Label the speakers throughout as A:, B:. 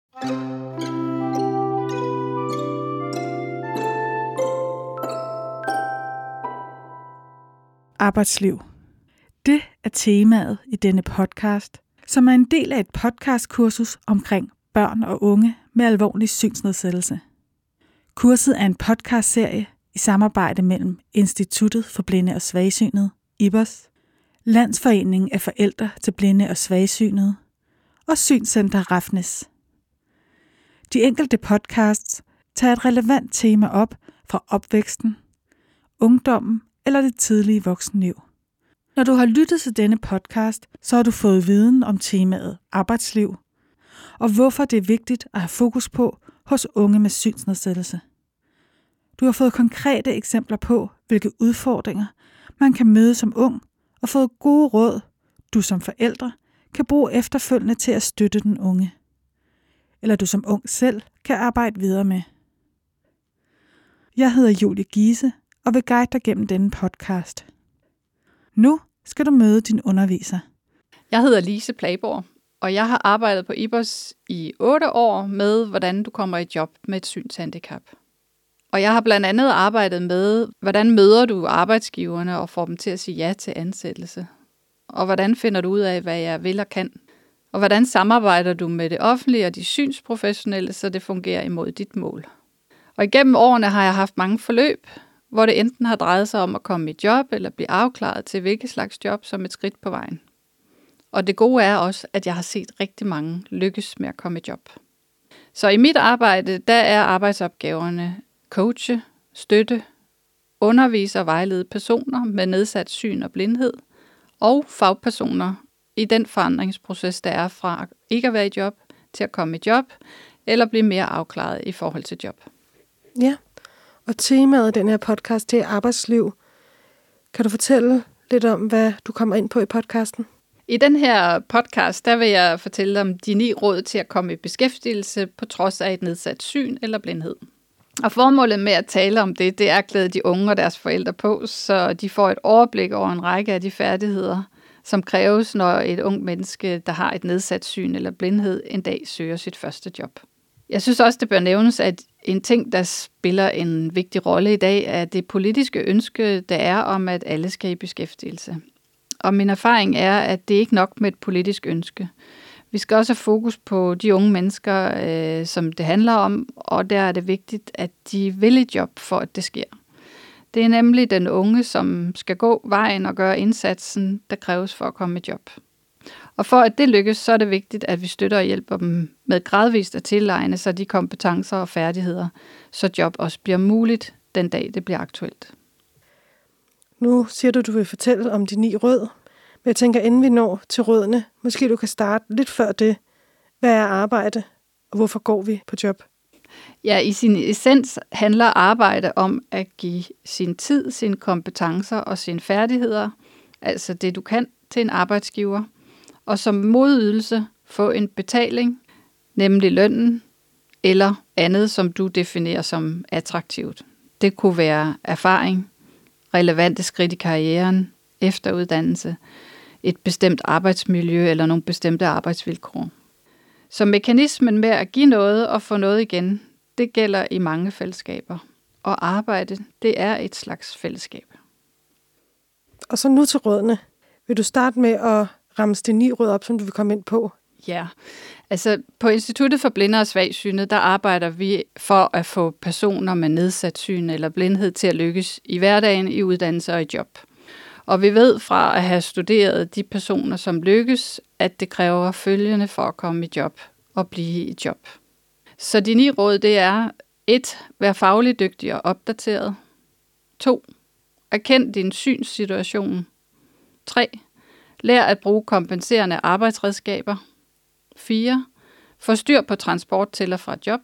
A: Arbejdsliv. Det er temaet i denne podcast, som er en del af et podcastkursus omkring børn og unge med alvorlig synsnedsættelse. Kurset er en podcastserie i samarbejde mellem Instituttet for Blinde og Svagsynede, IBOS, Landsforeningen af Forældre til Blinde og Svagsynede og Synscenter Rafnes. De enkelte podcasts tager et relevant tema op fra opvæksten, ungdommen eller det tidlige voksenliv. Når du har lyttet til denne podcast, så har du fået viden om temaet arbejdsliv, og hvorfor det er vigtigt at have fokus på hos unge med synsnedsættelse. Du har fået konkrete eksempler på, hvilke udfordringer man kan møde som ung, og fået gode råd, du som forældre kan bruge efterfølgende til at støtte den unge. Eller du som ung selv kan arbejde videre med. Jeg hedder Julie Giese og vil guide dig gennem denne podcast. Nu skal du møde din underviser.
B: Jeg hedder Lise Plaborg, og jeg har arbejdet på IBOS i 8 år med, hvordan du kommer i job med et synshandicap. Og jeg har blandt andet arbejdet med, hvordan møder du arbejdsgiverne og får dem til at sige ja til ansættelse. Og hvordan finder du ud af, hvad jeg vil og kan. Og hvordan samarbejder du med det offentlige og de synsprofessionelle, så det fungerer imod dit mål. Og igennem årene har jeg haft mange forløb, hvor det enten har drejet sig om at komme i job eller blive afklaret til hvilket slags job som et skridt på vejen. Og det gode er også, at jeg har set rigtig mange lykkes med at komme i job. Så i mit arbejde, der er arbejdsopgaverne coache, støtte, undervise og vejlede personer med nedsat syn og blindhed og fagpersoner i den forandringsproces, der er fra ikke at være i job til at komme i job eller blive mere afklaret i forhold til job.
C: Ja, og temaet af den her podcast, det er arbejdsliv. Kan du fortælle lidt om, hvad du kommer ind på i podcasten?
B: I den her podcast, der vil jeg fortælle om de 9 råd til at komme i beskæftigelse på trods af et nedsat syn eller blindhed. Og formålet med at tale om det er at klæde de unge og deres forældre på, så de får et overblik over en række af de færdigheder, som kræves, når et ung menneske, der har et nedsat syn eller blindhed, en dag søger sit første job. Jeg synes også, det bør nævnes, at en ting, der spiller en vigtig rolle i dag, er det politiske ønske, der er om, at alle skal i beskæftigelse. Og min erfaring er, at det ikke er nok med et politisk ønske. Vi skal også have fokus på de unge mennesker, som det handler om, og der er det vigtigt, at de vil et job for, at det sker. Det er nemlig den unge, som skal gå vejen og gøre indsatsen, der kræves for at komme i job. Og for at det lykkes, så er det vigtigt, at vi støtter og hjælper dem med gradvist at tilegne sig de kompetencer og færdigheder, så job også bliver muligt den dag, det bliver aktuelt.
C: Nu siger du vil fortælle om de 9 råd, men jeg tænker, inden vi når til rådene, måske du kan starte lidt før det. Hvad er arbejde, og hvorfor går vi på job?
B: Ja, i sin essens handler arbejde om at give sin tid, sine kompetencer og sine færdigheder, altså det du kan, til en arbejdsgiver, og som modydelse få en betaling, nemlig lønnen, eller andet, som du definerer som attraktivt. Det kunne være erfaring, relevante skridt i karrieren, efteruddannelse, et bestemt arbejdsmiljø eller nogle bestemte arbejdsvilkår. Så mekanismen med at give noget og få noget igen, det gælder i mange fællesskaber. Og arbejde, det er et slags fællesskab.
C: Og så nu til rådene. Vil du starte med at ramse de 9 råd op, som du vil komme ind på?
B: Ja, altså på Instituttet for Blinde og Svagsynede, der arbejder vi for at få personer med nedsat syn eller blindhed til at lykkes i hverdagen, i uddannelse og i job. Og vi ved fra at have studeret de personer, som lykkes, at det kræver følgende for at komme i job og blive i job. Så de 9 råd, det er 1. Vær fagligt dygtig og opdateret. 2. Erkend din synssituation. 3. Lær at bruge kompenserende arbejdsredskaber. 4. Få styr på transport til og fra job.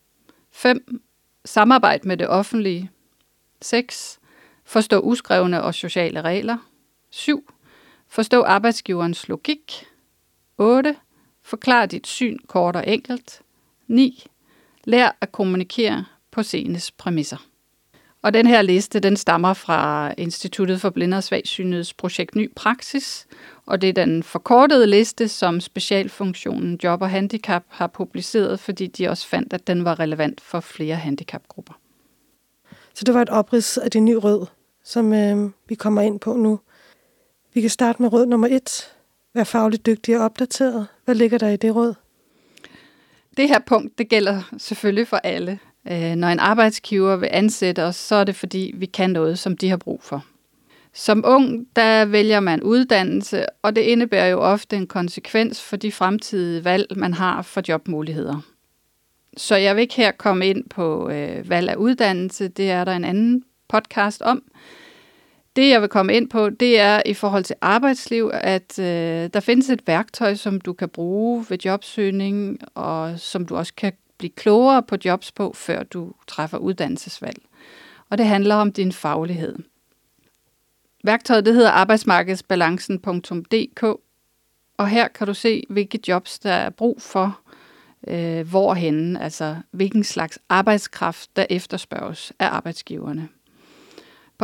B: 5. Samarbejde med det offentlige. 6. Forstå uskrevne og sociale regler. 7. Forstå arbejdsgiverens logik. 8. Forklar dit syn kort og enkelt. 9. Lær at kommunikere på scenes præmisser. Og den her liste, den stammer fra Instituttet for Blinde og Svagsynedes projekt Ny Praksis, og det er den forkortede liste, som specialfunktionen Job og Handicap har publiceret, fordi de også fandt, at den var relevant for flere handicapgrupper.
C: Så det var et oprids af det nye rød, som vi kommer ind på nu. Vi kan starte med rød nummer 1. Vær fagligt dygtig og opdateret. Hvad ligger der i det rød?
B: Det her punkt, det gælder selvfølgelig for alle. Når en arbejdsgiver vil ansætte os, så er det fordi, vi kan noget, som de har brug for. Som ung, der vælger man uddannelse, og det indebærer jo ofte en konsekvens for de fremtidige valg, man har for jobmuligheder. Så jeg vil ikke her komme ind på valg af uddannelse, det er der en anden podcast om. Det jeg vil komme ind på, det er i forhold til arbejdsliv, at der findes et værktøj, som du kan bruge ved jobsøgning, og som du også kan blive klogere på jobs på, før du træffer uddannelsesvalg. Og det handler om din faglighed. Værktøjet det hedder arbejdsmarkedsbalancen.dk, og her kan du se, hvilke jobs der er brug for, hvorhenne, altså hvilken slags arbejdskraft, der efterspørges af arbejdsgiverne. På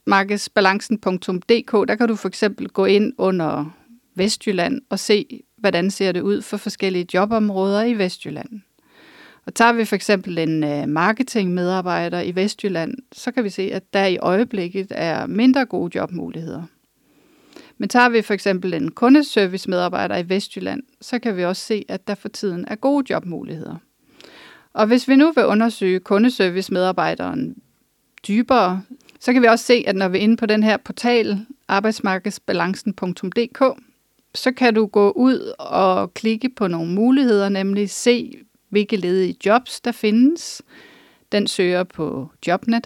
B: arbejdsmarkedsbalancen.dk, der kan du for eksempel gå ind under Vestjylland og se, hvordan ser det ud for forskellige jobområder i Vestjylland. Og tager vi for eksempel en marketingmedarbejder i Vestjylland, så kan vi se, at der i øjeblikket er mindre gode jobmuligheder. Men tager vi for eksempel en kundeservice-medarbejder i Vestjylland, så kan vi også se, at der for tiden er gode jobmuligheder. Og hvis vi nu vil undersøge kundeservice-medarbejderen dybere, så kan vi også se, at når vi er inde på den her portal, arbejdsmarkedsbalancen.dk, så kan du gå ud og klikke på nogle muligheder, nemlig se, hvilke ledige jobs der findes. Den søger på Jobnet,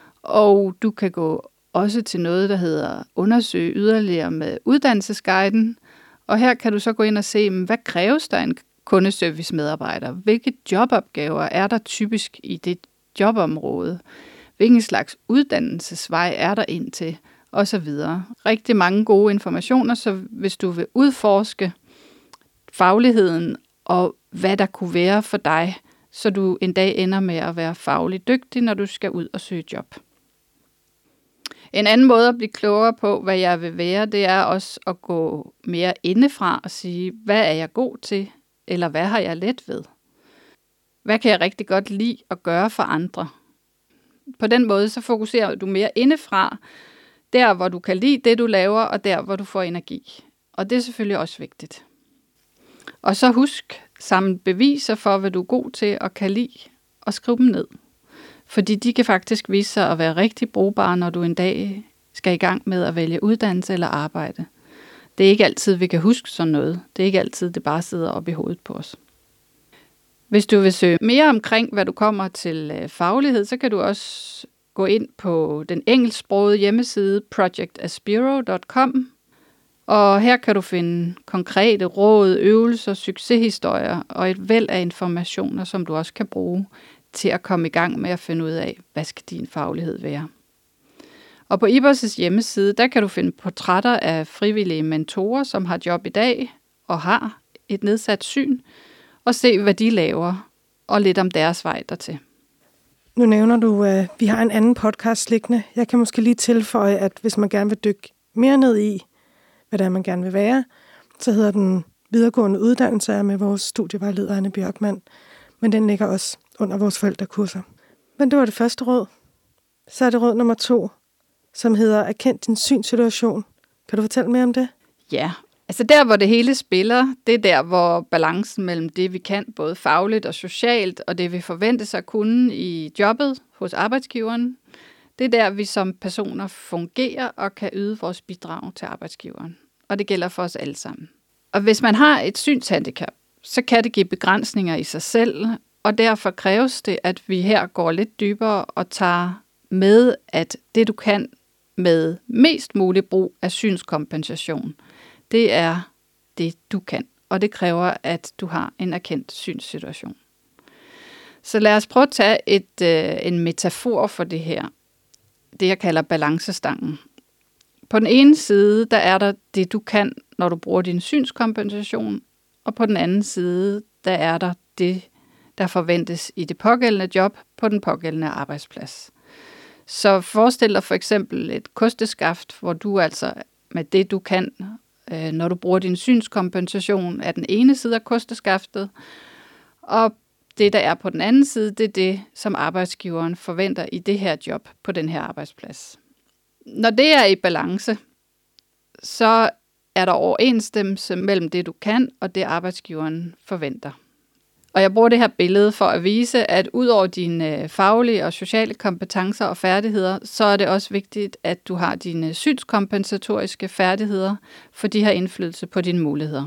B: og du kan gå også til noget, der hedder undersøge yderligere med uddannelsesguiden. Og her kan du så gå ind og se, hvad kræves der en kundeservice-medarbejder? Hvilke jobopgaver er der typisk i det jobområde? Hvilken slags uddannelsesvej er der ind til? Og så videre. Rigtig mange gode informationer, så hvis du vil udforske fagligheden og hvad der kunne være for dig, så du en dag ender med at være fagligt dygtig, når du skal ud og søge job. En anden måde at blive klogere på, hvad jeg vil være, det er også at gå mere indefra og sige, hvad er jeg god til, eller hvad har jeg let ved? Hvad kan jeg rigtig godt lide at gøre for andre? På den måde så fokuserer du mere indefra, der hvor du kan lide det, du laver, og der hvor du får energi. Og det er selvfølgelig også vigtigt. Og så husk, samle beviser for, hvad du er god til og kan lide, og skriv dem ned. Fordi de kan faktisk vise sig at være rigtig brugbare, når du en dag skal i gang med at vælge uddannelse eller arbejde. Det er ikke altid, vi kan huske sådan noget. Det er ikke altid, det bare sidder oppe i hovedet på os. Hvis du vil søge mere omkring, hvad du kommer til faglighed, så kan du også gå ind på den engelsksprogede hjemmeside projectaspiro.com. Og her kan du finde konkrete råd, øvelser, succeshistorier og et væld af informationer, som du også kan bruge til at komme i gang med at finde ud af, hvad skal din faglighed være. Og på IBOS' hjemmeside, der kan du finde portrætter af frivillige mentorer, som har job i dag og har et nedsat syn, og se, hvad de laver, og lidt om deres vej dertil.
C: Nu nævner du, at vi har en anden podcast liggende. Jeg kan måske lige tilføje, at hvis man gerne vil dykke mere ned i, hvad det er, man gerne vil være, så hedder den videregående uddannelse med vores studievejleder Anne Bjørkman. Men den ligger også under vores forældrekurser. Men det var det første råd. Så er det råd nummer 2, som hedder erkend din synssituation. Kan du fortælle mere om det?
B: Ja, altså der, hvor det hele spiller, det er der, hvor balancen mellem det, vi kan, både fagligt og socialt, og det, vi forventes at kunne i jobbet hos arbejdsgiveren, det er der, vi som personer fungerer og kan yde vores bidrag til arbejdsgiveren. Og det gælder for os alle sammen. Og hvis man har et synshandicap, så kan det give begrænsninger i sig selv, og derfor kræves det, at vi her går lidt dybere og tager med, at det du kan med mest mulig brug af synskompensation, det er det du kan, og det kræver, at du har en erkendt synssituation. Så lad os prøve at tage en metafor for det her, det jeg kalder balancestangen. På den ene side, der er der det du kan, når du bruger din synskompensation, og på den anden side, der er der det, der forventes i det pågældende job på den pågældende arbejdsplads. Så forestil dig for eksempel et kosteskaft, hvor du altså med det, du kan, når du bruger din synskompensation af den ene side af kosteskaftet, og det, der er på den anden side, det er det, som arbejdsgiveren forventer i det her job på den her arbejdsplads. Når det er i balance, så er der overensstemmelse mellem det, du kan, og det, arbejdsgiveren forventer. Og jeg bruger det her billede for at vise, at ud over dine faglige og sociale kompetencer og færdigheder, så er det også vigtigt, at du har dine synskompensatoriske færdigheder, for de har indflydelse på dine muligheder.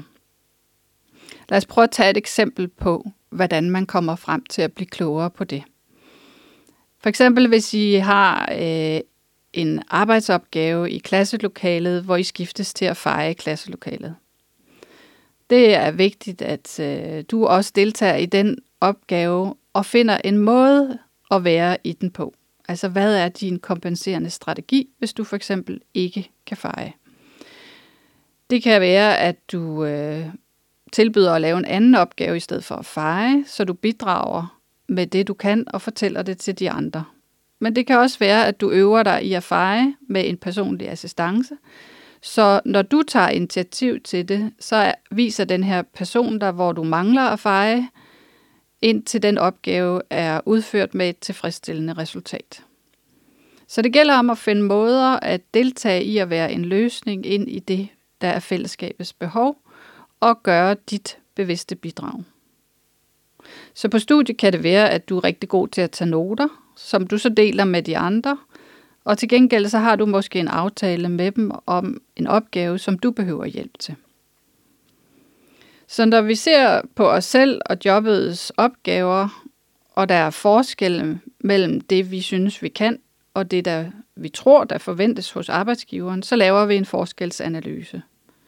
B: Lad os prøve at tage et eksempel på, hvordan man kommer frem til at blive klogere på det. For eksempel hvis I har en arbejdsopgave i klasselokalet, hvor I skiftes til at feje klasselokalet. Det er vigtigt, at du også deltager i den opgave og finder en måde at være i den på. Altså, hvad er din kompenserende strategi, hvis du for eksempel ikke kan feje? Det kan være, at du tilbyder at lave en anden opgave i stedet for at feje, så du bidrager med det, du kan, og fortæller det til de andre. Men det kan også være, at du øver dig i at feje med en personlig assistance. Så når du tager initiativ til det, så viser den her person der, hvor du mangler at feje, indtil den opgave er udført med et tilfredsstillende resultat. Så det gælder om at finde måder at deltage i at være en løsning ind i det, der er fællesskabets behov, og gøre dit bevidste bidrag. Så på studiet kan det være, at du er rigtig god til at tage noter, som du så deler med de andre, og til gengæld så har du måske en aftale med dem om en opgave, som du behøver hjælp til. Så når vi ser på os selv og jobbets opgaver, og der er forskel mellem det, vi synes, vi kan, og det, der vi tror, der forventes hos arbejdsgiveren, så laver vi en forskelsanalyse.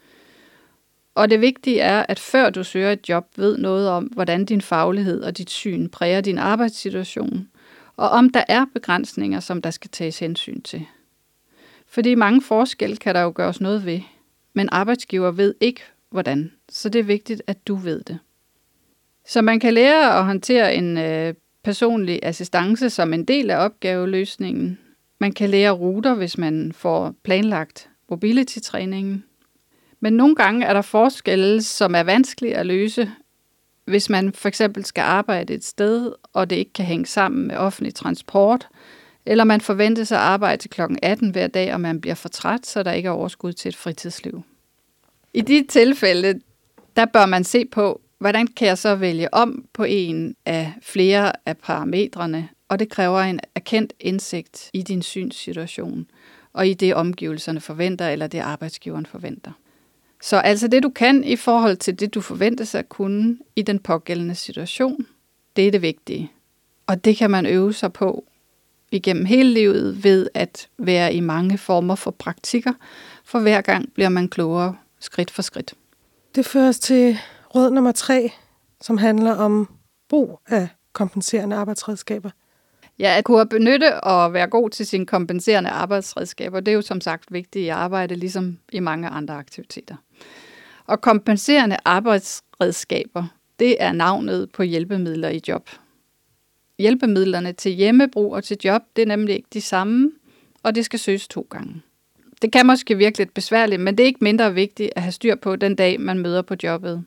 B: Og det vigtige er, at før du søger et job, ved noget om, hvordan din faglighed og dit syn præger din arbejdssituation, og om der er begrænsninger, som der skal tages hensyn til. Fordi mange forskelle kan der jo gøres noget ved, men arbejdsgiver ved ikke, hvordan, så det er vigtigt, at du ved det. Så man kan lære at håndtere en personlig assistance som en del af opgaveløsningen. Man kan lære ruter, hvis man får planlagt mobility-træningen. Men nogle gange er der forskelle, som er vanskelige at løse, hvis man for eksempel skal arbejde et sted, og det ikke kan hænge sammen med offentlig transport, eller man forventes at arbejde til kl. 18 hver dag, og man bliver for træt, så der ikke er overskud til et fritidsliv. I de tilfælde, der bør man se på, hvordan kan jeg så vælge om på en af flere af parametrene, og det kræver en erkendt indsigt i din synssituation, og i det omgivelserne forventer, eller det arbejdsgiveren forventer. Så altså det, du kan i forhold til det, du forventes at kunne i den pågældende situation, det er det vigtige. Og det kan man øve sig på igennem hele livet ved at være i mange former for praktikker, for hver gang bliver man klogere skridt for skridt.
C: Det fører os til råd nummer 3, som handler om brug af kompenserende arbejdsredskaber.
B: Ja, at kunne benytte og være god til sine kompenserende arbejdsredskaber, det er jo som sagt vigtigt i arbejde, ligesom i mange andre aktiviteter. Og kompenserende arbejdsredskaber, det er navnet på hjælpemidler i job. Hjælpemidlerne til hjemmebrug og til job, det er nemlig ikke de samme, og det skal søges 2 gange. Det kan måske virke lidt besværligt, men det er ikke mindre vigtigt at have styr på den dag, man møder på jobbet.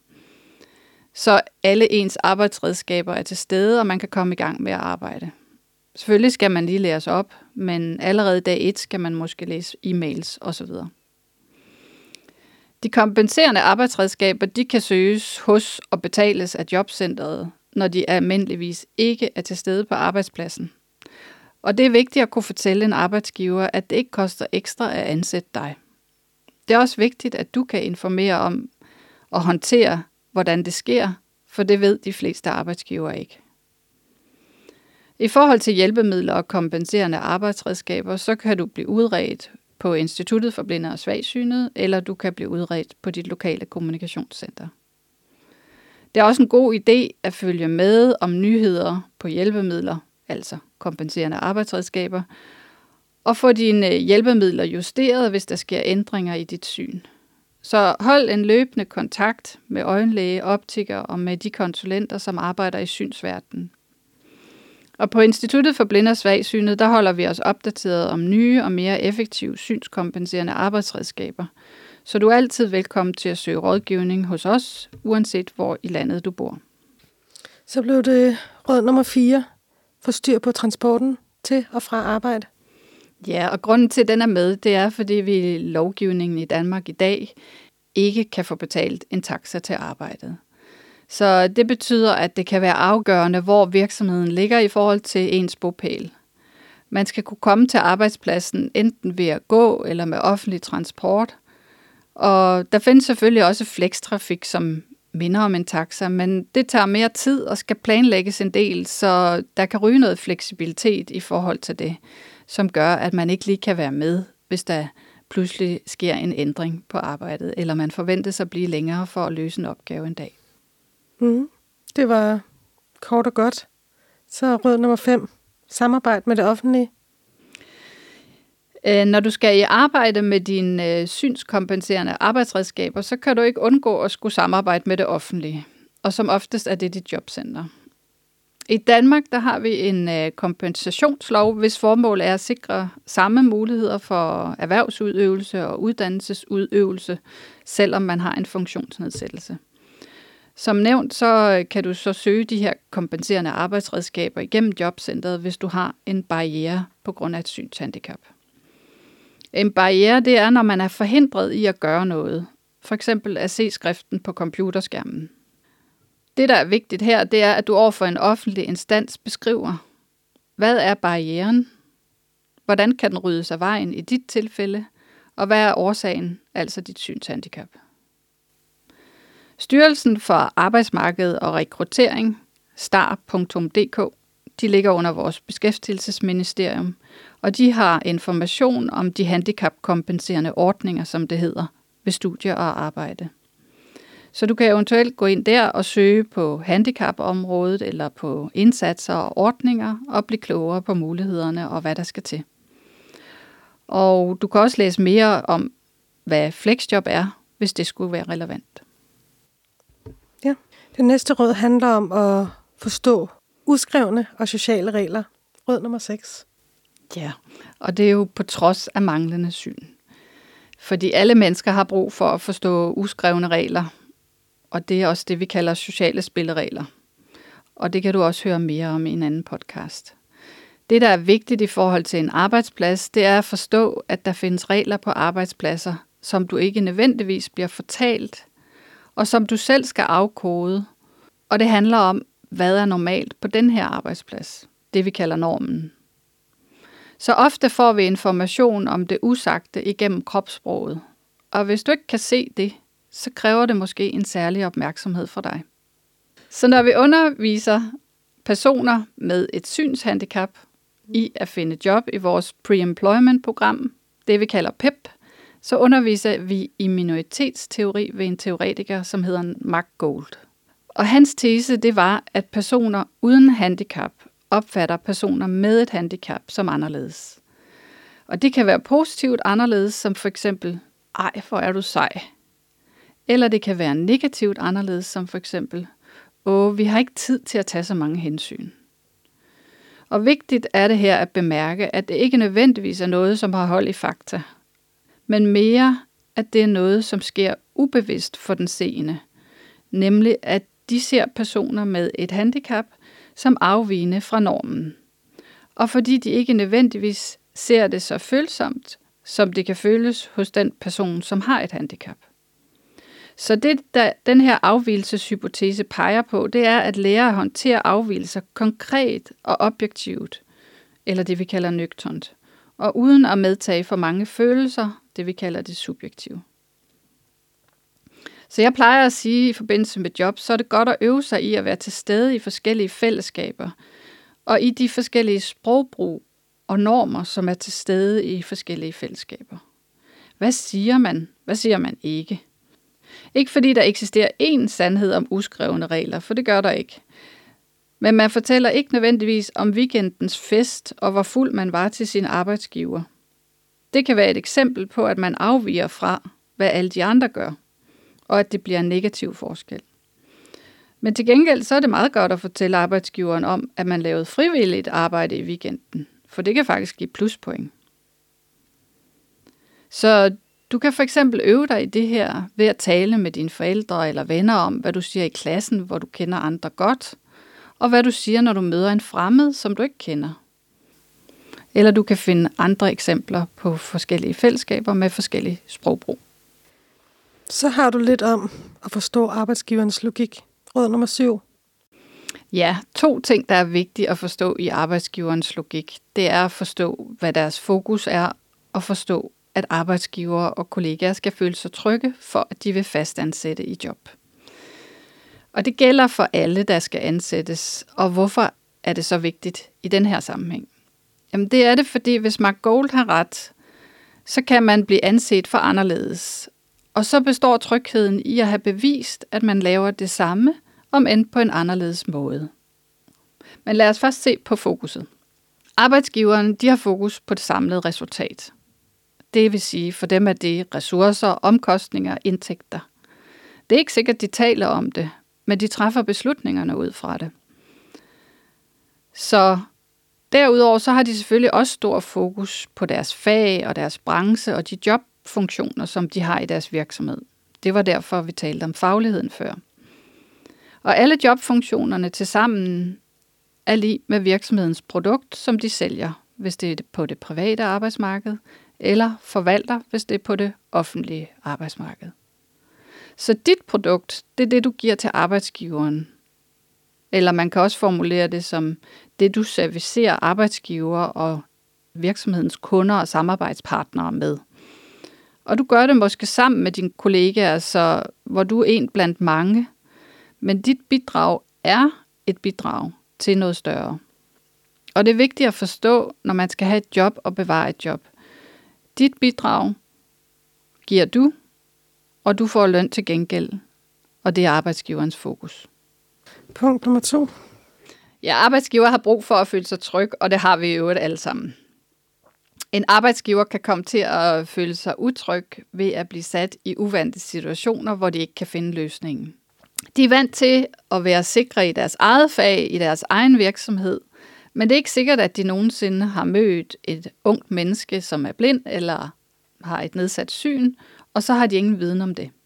B: Så alle ens arbejdsredskaber er til stede, og man kan komme i gang med at arbejde. Selvfølgelig skal man lige lære sig op, men allerede dag 1 skal man måske læse e-mails osv. De kompenserende arbejdsredskaber, de kan søges hos og betales af jobcentret, når de almindeligvis ikke er til stede på arbejdspladsen. Og det er vigtigt at kunne fortælle en arbejdsgiver, at det ikke koster ekstra at ansætte dig. Det er også vigtigt, at du kan informere om og håndtere, hvordan det sker, for det ved de fleste arbejdsgivere ikke. I forhold til hjælpemidler og kompenserende arbejdsredskaber, så kan du blive udredt på Instituttet for Blinde og Svagsynede, eller du kan blive udredt på dit lokale kommunikationscenter. Det er også en god idé at følge med om nyheder på hjælpemidler, altså kompenserende arbejdsredskaber, og få dine hjælpemidler justeret, hvis der sker ændringer i dit syn. Så hold en løbende kontakt med øjenlæge, optiker og med de konsulenter, som arbejder i synsverdenen. Og på Instituttet for Blinde og Svagsynet, der holder vi os opdateret om nye og mere effektive synskompenserende arbejdsredskaber. Så du er altid velkommen til at søge rådgivning hos os, uanset hvor i landet du bor.
C: Så blev det råd nummer 4. Få styr på transporten til og fra arbejde.
B: Ja, og grunden til, at den er med, det er, fordi vi i lovgivningen i Danmark i dag ikke kan få betalt en taxa til arbejdet. Så det betyder, at det kan være afgørende, hvor virksomheden ligger i forhold til ens bopæl. Man skal kunne komme til arbejdspladsen enten ved at gå eller med offentlig transport. Og der findes selvfølgelig også flextrafik, som minder om en taxa, men det tager mere tid og skal planlægges en del, så der kan ryge noget fleksibilitet i forhold til det, som gør, at man ikke lige kan være med, hvis der pludselig sker en ændring på arbejdet, eller man forventes at blive længere for at løse en opgave en dag.
C: Det var kort og godt. Så råd nummer 5. Samarbejde med det offentlige.
B: Når du skal i arbejde med dine synskompenserende arbejdsredskaber, så kan du ikke undgå at skulle samarbejde med det offentlige. Og som oftest er det dit jobcenter. I Danmark der har vi en kompensationslov, hvis formål er at sikre samme muligheder for erhvervsudøvelse og uddannelsesudøvelse, selvom man har en funktionsnedsættelse. Som nævnt, så kan du så søge de her kompenserende arbejdsredskaber igennem jobcentret, hvis du har en barriere på grund af et synshandicap. En barriere, det er, når man er forhindret i at gøre noget. For eksempel at se skriften på computerskærmen. Det, der er vigtigt her, det er, at du overfor en offentlig instans beskriver, hvad er barrieren? Hvordan kan den ryddes af vejen i dit tilfælde? Og hvad er årsagen, altså dit synshandicap? Styrelsen for Arbejdsmarked og Rekruttering, star.dk, de ligger under vores beskæftigelsesministerium, og de har information om de handicapkompenserende ordninger, som det hedder, ved studier og arbejde. Så du kan eventuelt gå ind der og søge på handicapområdet eller på indsatser og ordninger og blive klogere på mulighederne og hvad der skal til. Og du kan også læse mere om, hvad flexjob er, hvis det skulle være relevant.
C: Ja, det næste råd handler om at forstå uskrevne og sociale regler. Råd nummer 6.
B: Ja, og det er jo på trods af manglende syn. Fordi alle mennesker har brug for at forstå uskrevne regler, og det er også det, vi kalder sociale spilleregler. Og det kan du også høre mere om i en anden podcast. Det, der er vigtigt i forhold til en arbejdsplads, det er at forstå, at der findes regler på arbejdspladser, som du ikke nødvendigvis bliver fortalt, og som du selv skal afkode. Og det handler om, hvad er normalt på den her arbejdsplads, det vi kalder normen. Så ofte får vi information om det usagte igennem kropssproget, og hvis du ikke kan se det, så kræver det måske en særlig opmærksomhed fra dig. Så når vi underviser personer med et synshandicap i at finde job i vores pre-employment-program, det vi kalder PEP, så underviser vi i minoritetsteori ved en teoretiker, som hedder Mark Gold. Og hans tese, det var, at personer uden handicap opfatter personer med et handicap som anderledes. Og det kan være positivt anderledes, som for eksempel, ej, hvor er du sej. Eller det kan være negativt anderledes, som for eksempel, vi har ikke tid til at tage så mange hensyn. Og vigtigt er det her at bemærke, at det ikke nødvendigvis er noget, som har hold i fakta, men mere, at det er noget, som sker ubevidst for den seende, nemlig at de ser personer med et handicap som afvigende fra normen. Og fordi de ikke nødvendigvis ser det så følsomt, som det kan føles hos den person, som har et handicap. Så det, den her afvigelseshypotese peger på, det er at lære at håndtere afvigelser konkret og objektivt, eller det vi kalder nøgternt, og uden at medtage for mange følelser, det vi kalder det subjektive. Så jeg plejer at sige i forbindelse med job, så er det godt at øve sig i at være til stede i forskellige fællesskaber, og i de forskellige sprogbrug og normer, som er til stede i forskellige fællesskaber. Hvad siger man? Hvad siger man ikke? Ikke fordi der eksisterer én sandhed om uskrevne regler, for det gør der ikke. Men man fortæller ikke nødvendigvis om weekendens fest og hvor fuld man var til sin arbejdsgiver. Det kan være et eksempel på, at man afviger fra, hvad alle de andre gør, og at det bliver en negativ forskel. Men til gengæld så er det meget godt at fortælle arbejdsgiveren om, at man lavede frivilligt arbejde i weekenden, for det kan faktisk give pluspoint. Så du kan for eksempel øve dig i det her ved at tale med dine forældre eller venner om, hvad du siger i klassen, hvor du kender andre godt, og hvad du siger, når du møder en fremmed, som du ikke kender. Eller du kan finde andre eksempler på forskellige fællesskaber med forskellige sprogbrug.
C: Så har du lidt om at forstå arbejdsgiverens logik. Råd nummer 7.
B: Ja, 2 ting, der er vigtige at forstå i arbejdsgiverens logik, det er at forstå, hvad deres fokus er, og forstå, at arbejdsgiver og kollegaer skal føle sig trygge, for at de vil fastansætte i job. Og det gælder for alle, der skal ansættes. Og hvorfor er det så vigtigt i den her sammenhæng? Jamen det er det, fordi hvis Mark Gold har ret, så kan man blive anset for anderledes. Og så består trygheden i at have bevist, at man laver det samme, om end på en anderledes måde. Men lad os først se på fokuset. Arbejdsgiverne, de har fokus på det samlede resultat. Det vil sige, for dem er det ressourcer, omkostninger, indtægter. Det er ikke sikkert, de taler om det, men de træffer beslutningerne ud fra det. Så derudover så har de selvfølgelig også stor fokus på deres fag og deres branche og de jobfunktioner, som de har i deres virksomhed. Det var derfor, vi talte om fagligheden før. Og alle jobfunktionerne tilsammen er lig med virksomhedens produkt, som de sælger, hvis det er på det private arbejdsmarked, eller forvalter, hvis det er på det offentlige arbejdsmarked. Så dit produkt, det er det, du giver til arbejdsgiveren. Eller man kan også formulere det som det, du servicerer arbejdsgiver og virksomhedens kunder og samarbejdspartnere med. Og du gør det måske sammen med dine kollegaer, så, hvor du er en blandt mange. Men dit bidrag er et bidrag til noget større. Og det er vigtigt at forstå, når man skal have et job og bevare et job. Dit bidrag giver du, og du får løn til gengæld. Og det er arbejdsgiverens fokus.
C: Punkt nummer 2.
B: Ja, arbejdsgiver har brug for at føle sig tryg, og det har vi i øvrigt alle sammen. En arbejdsgiver kan komme til at føle sig utryg ved at blive sat i uvante situationer, hvor de ikke kan finde løsningen. De er vant til at være sikre i deres eget fag, i deres egen virksomhed, men det er ikke sikkert, at de nogensinde har mødt et ungt menneske, som er blind eller har et nedsat syn, og så har de ingen viden om det.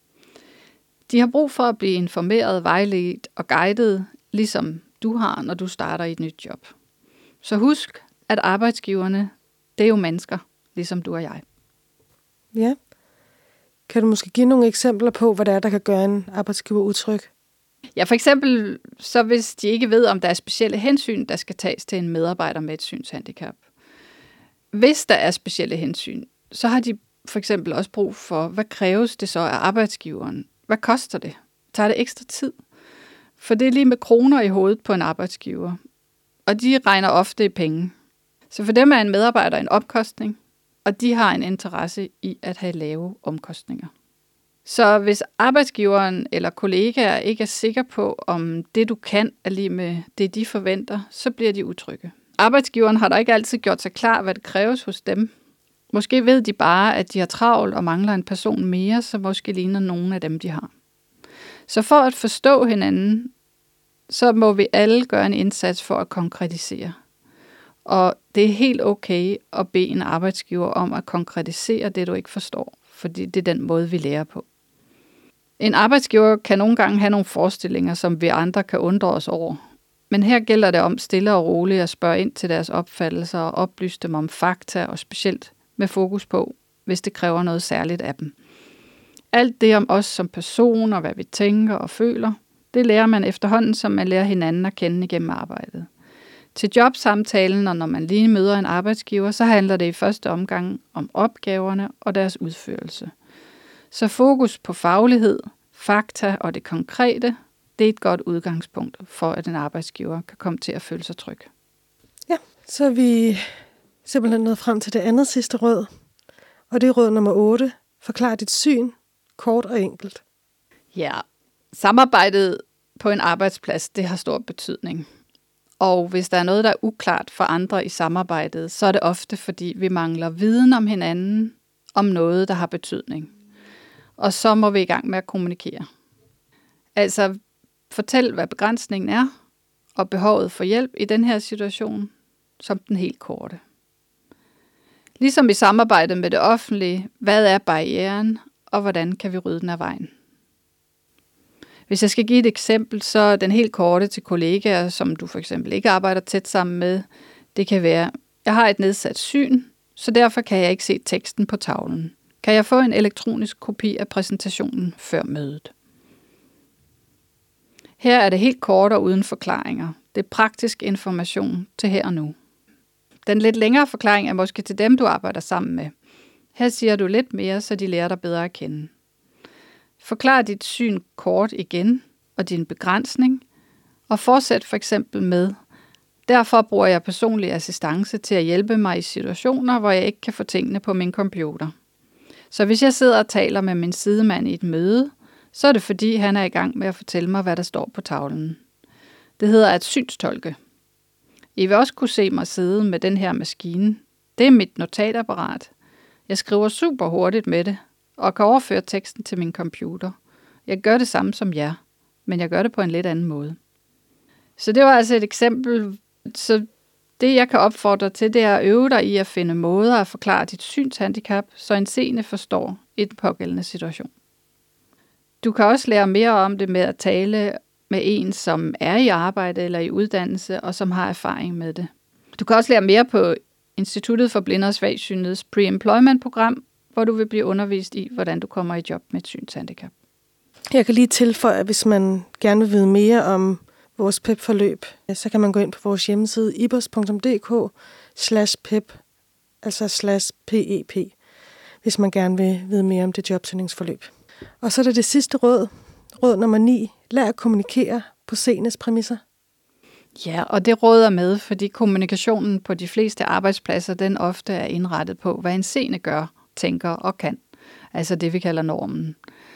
B: De har brug for at blive informeret, vejledt og guidet, ligesom du har, når du starter i et nyt job. Så husk, at arbejdsgiverne, det er jo mennesker, ligesom du og jeg.
C: Ja. Kan du måske give nogle eksempler på, hvad det er, der kan gøre en arbejdsgiver utryg?
B: Ja, for eksempel, så hvis de ikke ved, om der er specielle hensyn, der skal tages til en medarbejder med et synshandicap. Hvis der er specielle hensyn, så har de for eksempel også brug for, hvad kræves det så af arbejdsgiveren? Hvad koster det? Tager det ekstra tid? For det er lige med kroner i hovedet på en arbejdsgiver. Og de regner ofte i penge. Så for dem er en medarbejder en omkostning, og de har en interesse i at have lave omkostninger. Så hvis arbejdsgiveren eller kollegaer ikke er sikker på, om det du kan er lige med det de forventer, så bliver de utrygge. Arbejdsgiveren har da ikke altid gjort sig klar, hvad det kræves hos dem. Måske ved de bare, at de har travlt og mangler en person mere, som måske ligner nogen af dem, de har. Så for at forstå hinanden, så må vi alle gøre en indsats for at konkretisere. Og det er helt okay at bede en arbejdsgiver om at konkretisere det, du ikke forstår, fordi det er den måde, vi lærer på. En arbejdsgiver kan nogle gange have nogle forestillinger, som vi andre kan undre os over. Men her gælder det om stille og roligt at spørge ind til deres opfattelser og oplyse dem om fakta, og specielt med fokus på, hvis det kræver noget særligt af dem. Alt det om os som personer, hvad vi tænker og føler, det lærer man efterhånden, som man lærer hinanden at kende igennem arbejdet. Til jobsamtalen, og når man lige møder en arbejdsgiver, så handler det i første omgang om opgaverne og deres udførelse. Så fokus på faglighed, fakta og det konkrete, det er et godt udgangspunkt for, at en arbejdsgiver kan komme til at føle sig tryg.
C: Ja, så er vi simpelthen nået frem til det andet sidste råd. Og det er råd nummer 8. Forklar dit syn, kort og enkelt.
B: Ja, samarbejdet på en arbejdsplads, det har stor betydning. Og hvis der er noget, der er uklart for andre i samarbejdet, så er det ofte, fordi vi mangler viden om hinanden, om noget, der har betydning. Og så må vi i gang med at kommunikere. Altså, Fortæl, hvad begrænsningen er, og behovet for hjælp i den her situation, som den helt korte. Ligesom i samarbejdet med det offentlige, hvad er barrieren, og hvordan kan vi rydde den af vejen? Hvis jeg skal give et eksempel, så er den helt korte til kollegaer, som du for eksempel ikke arbejder tæt sammen med, det kan være, jeg har et nedsat syn, så derfor kan jeg ikke se teksten på tavlen. Kan jeg få en elektronisk kopi af præsentationen før mødet? Her er det helt kort og uden forklaringer. Det er praktisk information til her og nu. Den lidt længere forklaring er måske til dem, du arbejder sammen med. Her siger du lidt mere, så de lærer dig bedre at kende. Forklar dit syn kort igen og din begrænsning, og fortsæt for eksempel med, derfor bruger jeg personlig assistance til at hjælpe mig i situationer, hvor jeg ikke kan få tingene på min computer. Så hvis jeg sidder og taler med min sidemand i et møde, så er det fordi, han er i gang med at fortælle mig, hvad der står på tavlen. Det hedder at synstolke. I vil også kunne se mig sidde med den her maskine. Det er mit notatapparat. Jeg skriver super hurtigt med det, og kan overføre teksten til min computer. Jeg gør det samme som jer, men jeg gør det på en lidt anden måde. Så det var altså et eksempel. Så det, jeg kan opfordre til, det er at øve dig i at finde måder at forklare dit synshandicap, så en seende forstår i den pågældende situation. Du kan også lære mere om det med at tale med en, som er i arbejde eller i uddannelse, og som har erfaring med det. Du kan også lære mere på Instituttet for Blinde og Svagsynets Pre-Employment-program, hvor du vil blive undervist i, hvordan du kommer i job med et synshandicap.
C: Jeg kan lige tilføje, at hvis man gerne vil vide mere om vores PEP-forløb, så kan man gå ind på vores hjemmeside ibos.dk/PEP, altså /PEP, hvis man gerne vil vide mere om det jobsøgningsforløb. Og så er det sidste råd. Råd nummer 9. Lær at kommunikere på seendes præmisser.
B: Ja, og det råder med, fordi kommunikationen på de fleste arbejdspladser, den ofte er indrettet på, hvad en seende gør, tænker og kan. Altså det, vi kalder normen.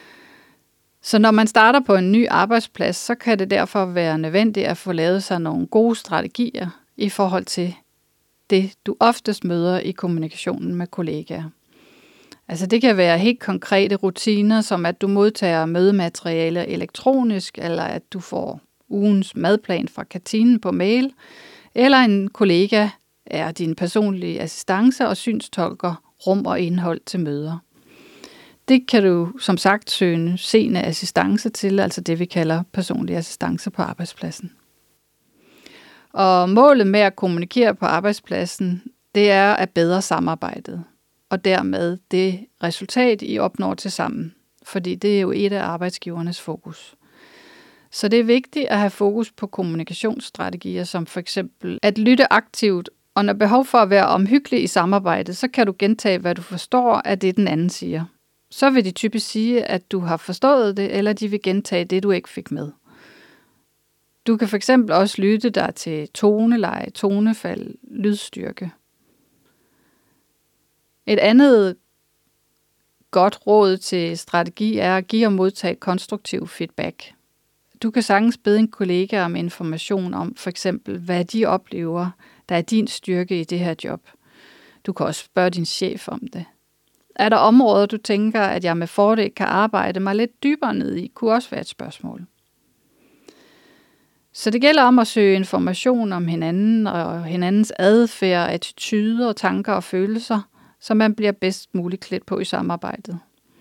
B: Så når man starter på en ny arbejdsplads, så kan det derfor være nødvendigt at få lavet sig nogle gode strategier i forhold til det, du oftest møder i kommunikationen med kollegaer. Altså det kan være helt konkrete rutiner, som at du modtager mødemateriale elektronisk, eller at du får ugens madplan fra kantinen på mail, eller en kollega er din personlige assistance og synstolker rum og indhold til møder. Det kan du som sagt søge seende assistance til, altså det vi kalder personlig assistance på arbejdspladsen. Og målet med at kommunikere på arbejdspladsen, det er at bedre samarbejdet, og dermed det resultat, I opnår til sammen, fordi det er jo et af arbejdsgivernes fokus. Så det er vigtigt at have fokus på kommunikationsstrategier, som for eksempel at lytte aktivt, og når behov for at være omhyggelig i samarbejdet, så kan du gentage, hvad du forstår af det, den anden siger. Så vil de typisk sige, at du har forstået det, eller de vil gentage det, du ikke fik med. Du kan for eksempel også lytte dig til toneleje, tonefald, lydstyrke. Et andet godt råd til strategi er at give og modtage konstruktiv feedback. Du kan sagtens bede en kollega om information om for eksempel, hvad de oplever, der er din styrke i det her job. Du kan også spørge din chef om det. Er der områder, du tænker, at jeg med fordel kan arbejde mig lidt dybere ned i, kunne også være et spørgsmål. Så det gælder om at søge information om hinanden og hinandens adfærd, attityder, tanker og følelser, så man bliver bedst muligt klædt på i samarbejdet.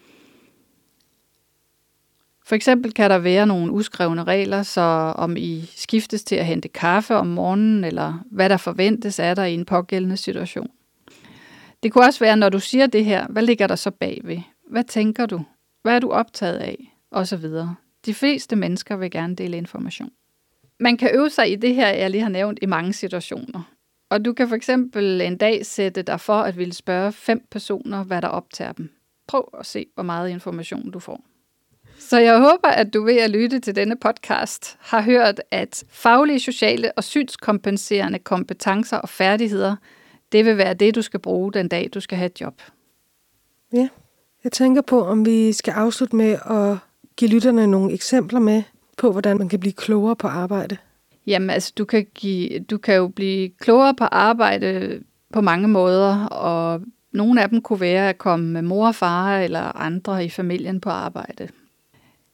B: For eksempel kan der være nogle uskrevne regler, så om I skiftes til at hente kaffe om morgenen, eller hvad der forventes af dig i en pågældende situation. Det kunne også være, når du siger det her, hvad ligger der så bagved? Hvad tænker du? Hvad er du optaget af? Og så videre. De fleste mennesker vil gerne dele information. Man kan øve sig i det her, jeg lige har nævnt, i mange situationer. Og du kan for eksempel en dag sætte dig for at ville spørge 5 personer, hvad der optager dem. Prøv at se, hvor meget information du får. Så jeg håber, at du ved at lytte til denne podcast har hørt, at faglige, sociale og synskompenserende kompetencer og færdigheder, det vil være det, du skal bruge den dag, du skal have et job.
C: Ja, jeg tænker på, om vi skal afslutte med at give lytterne nogle eksempler med på, hvordan man kan blive klogere på arbejde.
B: Jamen, altså, du kan jo blive klogere på arbejde på mange måder, og nogle af dem kunne være at komme med mor og far eller andre i familien på arbejde.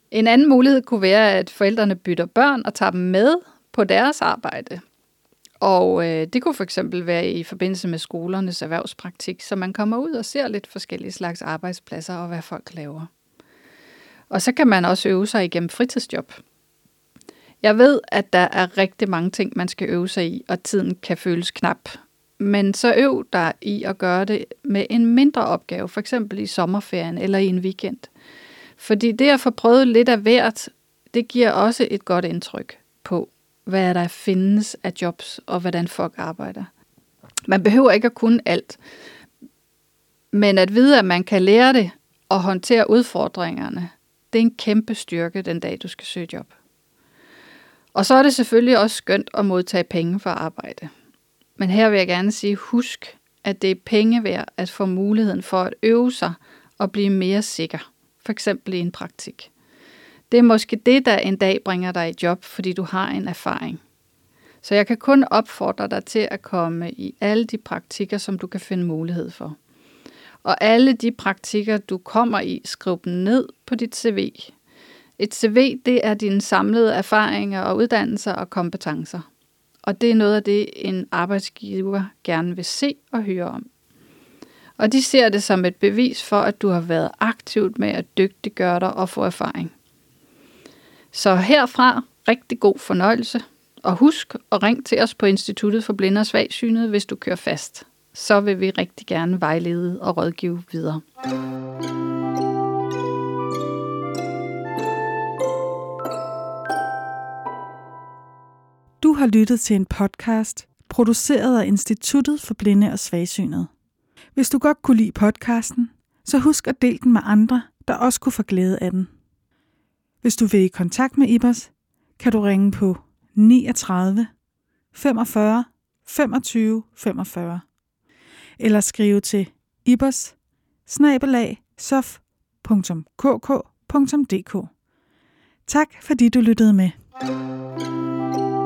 B: En anden mulighed kunne være, at forældrene bytter børn og tager dem med på deres arbejde. Og det kunne for eksempel være i forbindelse med skolernes erhvervspraktik, så man kommer ud og ser lidt forskellige slags arbejdspladser og hvad folk laver. Og så kan man også øve sig igennem fritidsjob. Jeg ved, at der er rigtig mange ting, man skal øve sig i, og tiden kan føles knap. Men så øv dig i at gøre det med en mindre opgave, for eksempel i sommerferien eller i en weekend. Fordi det at få prøvet lidt af hvert, det giver også et godt indtryk på, hvad der findes af jobs og hvordan folk arbejder. Man behøver ikke at kunne alt, men at vide, at man kan lære det og håndtere udfordringerne, det er en kæmpe styrke den dag, du skal søge job. Og så er det selvfølgelig også skønt at modtage penge for arbejde. Men her vil jeg gerne sige, husk, at det er penge værd at få muligheden for at øve sig og blive mere sikker, for eksempel i en praktik. Det er måske det, der en dag bringer dig i job, fordi du har en erfaring. Så jeg kan kun opfordre dig til at komme i alle de praktikker, som du kan finde mulighed for. Og alle de praktikker, du kommer i, skriv dem ned på dit CV. Et CV, det er dine samlede erfaringer og uddannelser og kompetencer. Og det er noget af det, en arbejdsgiver gerne vil se og høre om. Og de ser det som et bevis for, at du har været aktivt med at dygtiggøre dig og få erfaring. Så herfra rigtig god fornøjelse. Og husk at ringe til os på Instituttet for Blinde og Svagsynede, hvis du kører fast. Så vil vi rigtig gerne vejlede og rådgive videre.
A: Du har lyttet til en podcast, produceret af Instituttet for Blinde og Svagsynede. Hvis du godt kunne lide podcasten, så husk at dele den med andre, der også kunne få glæde af den. Hvis du vil i kontakt med IBOS, kan du ringe på 39 45 25 45 eller skrive til ibos@sof.kk.dk. Tak fordi du lyttede med.